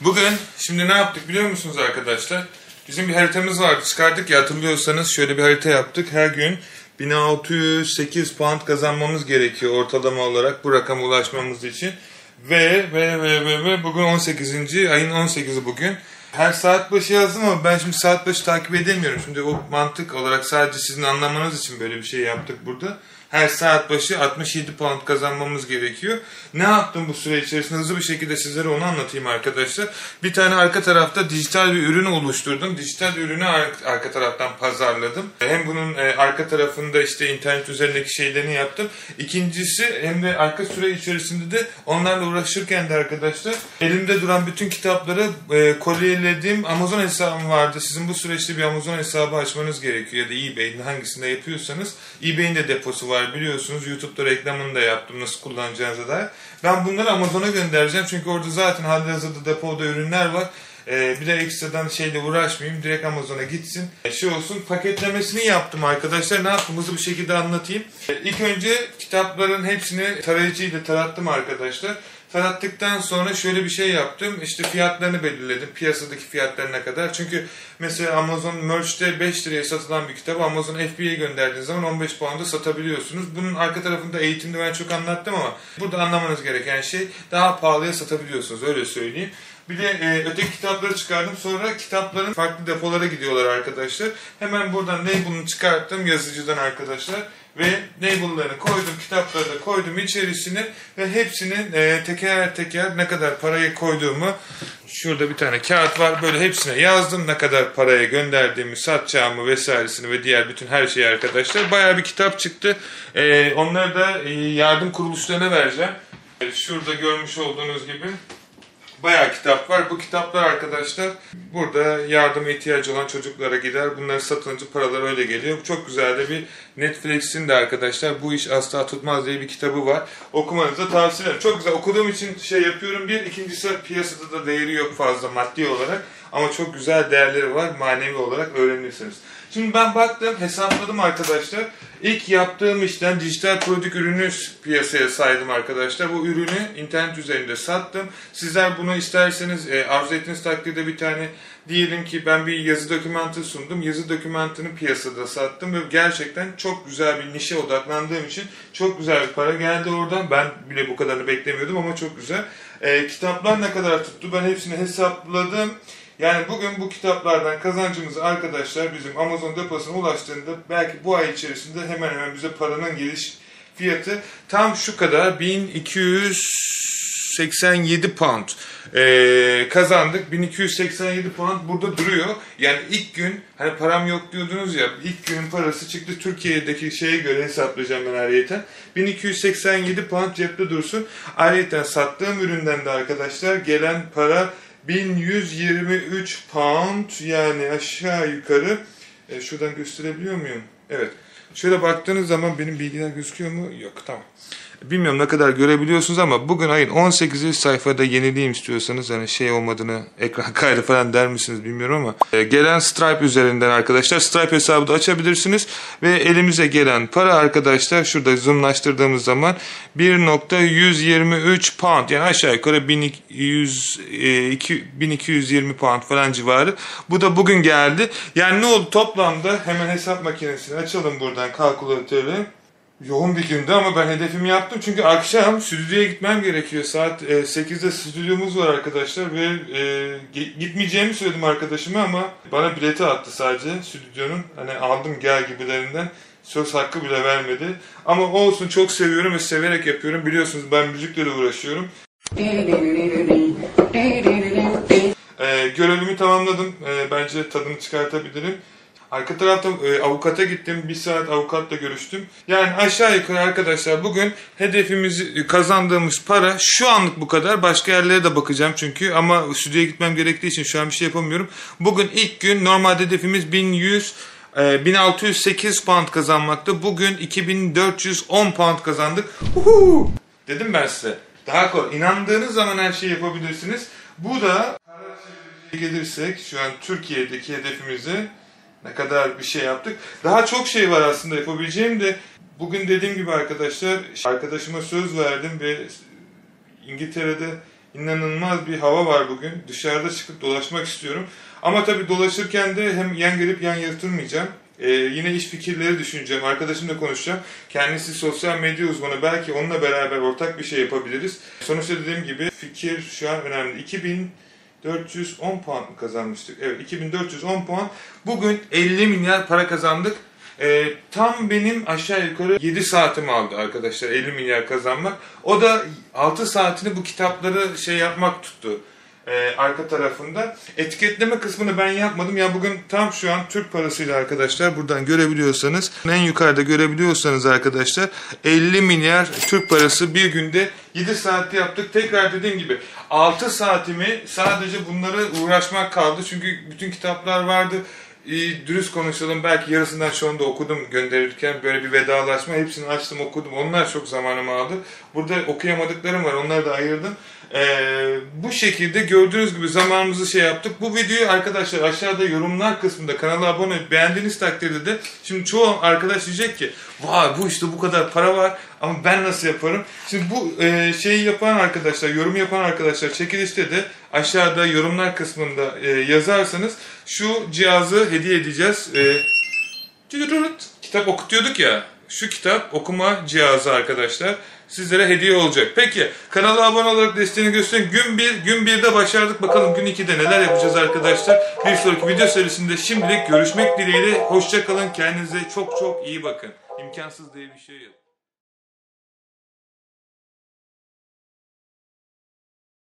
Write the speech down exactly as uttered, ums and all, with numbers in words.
Bugün şimdi ne yaptık biliyor musunuz arkadaşlar? Bizim bir haritamız vardı, çıkardık ya, hatırlıyorsanız şöyle bir harita yaptık. Her gün bin altı yüz sekiz pound kazanmamız gerekiyor ortalama olarak bu rakama ulaşmamız için. Ve ve ve ve, ve bugün on sekizinci ayın on sekizi bugün. Her saat başı yazdım ama ben şimdi saat başı takip edemiyorum. Şimdi o mantık olarak sadece sizin anlamanız için böyle bir şey yaptık burada. Her saat başı altmış yedi pound kazanmamız gerekiyor. Ne yaptım bu süre içerisinde? Hızlı bir şekilde sizlere onu anlatayım arkadaşlar. Bir tane arka tarafta dijital bir ürün oluşturdum. Dijital ürünü arka taraftan pazarladım. Hem bunun arka tarafında işte internet üzerindeki şeylerini yaptım. İkincisi hem de arka süre içerisinde de onlarla uğraşırken de arkadaşlar elimde duran bütün kitapları kolyelediğim Amazon hesabım vardı. Sizin bu süreçte bir Amazon hesabı açmanız gerekiyor ya da eBay'in hangisinde yapıyorsanız. eBay'in de deposu var. Biliyorsunuz YouTube'da reklamını da yaptım nasıl kullanacağınıza dair. Ben bunları Amazon'a göndereceğim çünkü orada zaten halihazırda depoda ürünler var. Ee, bir de ekstradan şeyle uğraşmayayım. Direkt Amazon'a gitsin. Ee, şey olsun. Paketlemesini yaptım arkadaşlar. Ne yaptım? Hızlı bir şekilde anlatayım. Ee, ilk önce kitapların hepsini tarayıcıyla tarattım arkadaşlar. Tarattıktan sonra şöyle bir şey yaptım. İşte fiyatlarını belirledim. Piyasadaki fiyatlarına kadar. Çünkü mesela Amazon Merch'te beş liraya satılan bir kitabı Amazon F B I'ye gönderdiğiniz zaman on beş pound'a satabiliyorsunuz. Bunun arka tarafında eğitimde ben çok anlattım ama burada anlamanız gereken şey daha pahalıya satabiliyorsunuz. Öyle söyleyeyim. Bir de e, öteki kitapları çıkardım. Sonra kitapların farklı depolara gidiyorlar arkadaşlar. Hemen buradan label'ını çıkarttım yazıcıdan arkadaşlar. Ve label'larını koydum, kitapları da koydum içerisine ve hepsinin e, teker teker ne kadar parayı koyduğumu, şurada bir tane kağıt var, böyle hepsine yazdım ne kadar paraya gönderdiğimi, satacağımı vesairesini ve diğer bütün her şeyi arkadaşlar. Bayağı bir kitap çıktı. E, onları da e, yardım kuruluşlarına vereceğim. E, şurada görmüş olduğunuz gibi bayağı kitap var. Bu kitaplar arkadaşlar burada yardıma ihtiyacı olan çocuklara gider. Bunları satınca paralar öyle geliyor. Çok güzel de bir Netflix'in de arkadaşlar Bu İş Asla Tutmaz diye bir kitabı var. Okumanızı da tavsiye ederim. Çok güzel okuduğum için şey yapıyorum. Bir, ikincisi piyasada da değeri yok fazla maddi olarak. Ama çok güzel değerleri var. Manevi olarak öğrenirsiniz. Şimdi ben baktım, hesapladım arkadaşlar. İlk yaptığım işten dijital prodük ürünü piyasaya saydım arkadaşlar. Bu ürünü internet üzerinde sattım. Sizler bunu isterseniz e, arzu ettiğiniz takdirde bir tane diyelim ki ben bir yazı dokümantı sundum. Yazı dokümantını piyasada sattım ve gerçekten çok güzel bir nişe odaklandığım için çok güzel bir para geldi oradan. Ben bile bu kadarını beklemiyordum ama çok güzel. E, kitaplar ne kadar tuttu? Ben hepsini hesapladım. Yani bugün bu kitaplardan kazancımız arkadaşlar bizim Amazon deposuna ulaştığında belki bu ay içerisinde hemen hemen bize paranın geliş fiyatı tam şu kadar bin iki yüz seksen yedi pound ee, kazandık. bin iki yüz seksen yedi pound burada duruyor. Yani ilk gün hani param yok diyordunuz ya, ilk günün parası çıktı. Türkiye'deki şeye göre hesaplayacağım ben ayrıyeten. bin iki yüz seksen yedi pound cepte dursun. Ayrıyeten sattığım üründen de arkadaşlar gelen para bin yüz yirmi üç pound, yani aşağı yukarı e, şuradan gösterebiliyor muyum? Evet. Şöyle baktığınız zaman benim bilgiler gözüküyor mu? Yok, tamam. Bilmiyorum ne kadar görebiliyorsunuz ama bugün ayın on sekizinci sayfada yenileyim istiyorsanız, hani şey olmadığını, ekran kaydı falan der misiniz bilmiyorum ama e, gelen Stripe üzerinden arkadaşlar Stripe hesabı da açabilirsiniz ve elimize gelen para arkadaşlar şurada zoomlaştırdığımız zaman bir nokta yüz yirmi üç pound, yani aşağı yukarı bin iki yüz yirmi pound falan civarı. Bu da bugün geldi. Yani ne oldu toplamda? Hemen hesap makinesini açalım buradan, kalkülatörü. Yoğun bir gündü ama ben hedefimi yaptım çünkü akşam stüdyoya gitmem gerekiyor. Saat e, sekizde stüdyomuz var arkadaşlar ve e, gitmeyeceğimi söyledim arkadaşıma ama bana bileti attı sadece stüdyonun. Hani aldım gel gibilerinden, söz hakkı bile vermedi. Ama olsun, çok seviyorum ve severek yapıyorum. Biliyorsunuz ben müzikle de uğraşıyorum. E, görevimi tamamladım. E, bence tadını çıkartabilirim. Arka tarafta e, avukata gittim. Bir saat avukatla görüştüm. Yani aşağı yukarı arkadaşlar bugün hedefimizi, kazandığımız para şu anlık bu kadar. Başka yerlere de bakacağım çünkü ama stüdyoya gitmem gerektiği için şu an bir şey yapamıyorum. Bugün ilk gün normalde hedefimiz bin yüz, e, bin altı yüz sekiz pound kazanmaktı. Bugün iki bin dört yüz on pound kazandık. Uhu! Dedim ben size. Daha kolay. İnandığınız zaman her şeyi yapabilirsiniz. Bu da para çeviriciye gelirsek şu an Türkiye'deki hedefimizi ne kadar bir şey yaptık. Daha çok şey var aslında yapabileceğim de bugün dediğim gibi arkadaşlar arkadaşıma söz verdim ve İngiltere'de İnanılmaz bir hava var bugün. Dışarıda çıkıp dolaşmak istiyorum. Ama tabii dolaşırken de hem yan gelip yan yırtılmayacağım. Ee, yine iş fikirleri düşüneceğim. Arkadaşımla konuşacağım. Kendisi sosyal medya uzmanı. Belki onunla beraber ortak bir şey yapabiliriz. Sonuçta dediğim gibi fikir şu an önemli. iki bin dört yüz on puan kazanmıştık. Evet, iki bin dört yüz on puan. Bugün elli milyar para kazandık. Ee, tam benim aşağı yukarı yedi saatimi aldı arkadaşlar elli milyar kazanmak. O da altı saatini bu kitapları şey yapmak tuttu. Ee, arka tarafında. Etiketleme kısmını ben yapmadım. Ya bugün tam şu an Türk parasıyla arkadaşlar buradan görebiliyorsanız, en yukarıda görebiliyorsanız arkadaşlar elli milyar Türk parası bir günde yedi saatte yaptık. Tekrar dediğim gibi altı saatimi sadece bunlara uğraşmak kaldı. Çünkü bütün kitaplar vardı. Ee, dürüst konuşalım, belki yarısından çoğunu da okudum gönderirken, böyle bir vedalaşma, hepsini açtım okudum, onlar çok zamanımı aldı. Burada okuyamadıklarım var, onları da ayırdım. Ee, bu şekilde gördüğünüz gibi zamanımızı şey yaptık. Bu videoyu arkadaşlar aşağıda yorumlar kısmında kanala abone olup beğendiğiniz takdirde de şimdi çoğu arkadaş diyecek ki vay bu işte bu kadar para var ama ben nasıl yaparım? Şimdi bu e, şeyi yapan arkadaşlar, yorum yapan arkadaşlar çekilişte de aşağıda yorumlar kısmında e, yazarsanız şu cihazı hediye edeceğiz. E, kitap okutuyorduk ya, şu kitap okuma cihazı arkadaşlar sizlere hediye olacak. Peki kanala abone olarak desteğini gösterin. Gün bir, gün birde başardık. Bakalım gün ikide neler yapacağız arkadaşlar. Bir sonraki video serisinde şimdilik görüşmek dileğiyle. Hoşça kalın. Kendinize çok çok iyi bakın. İmkansız diye bir şey yok.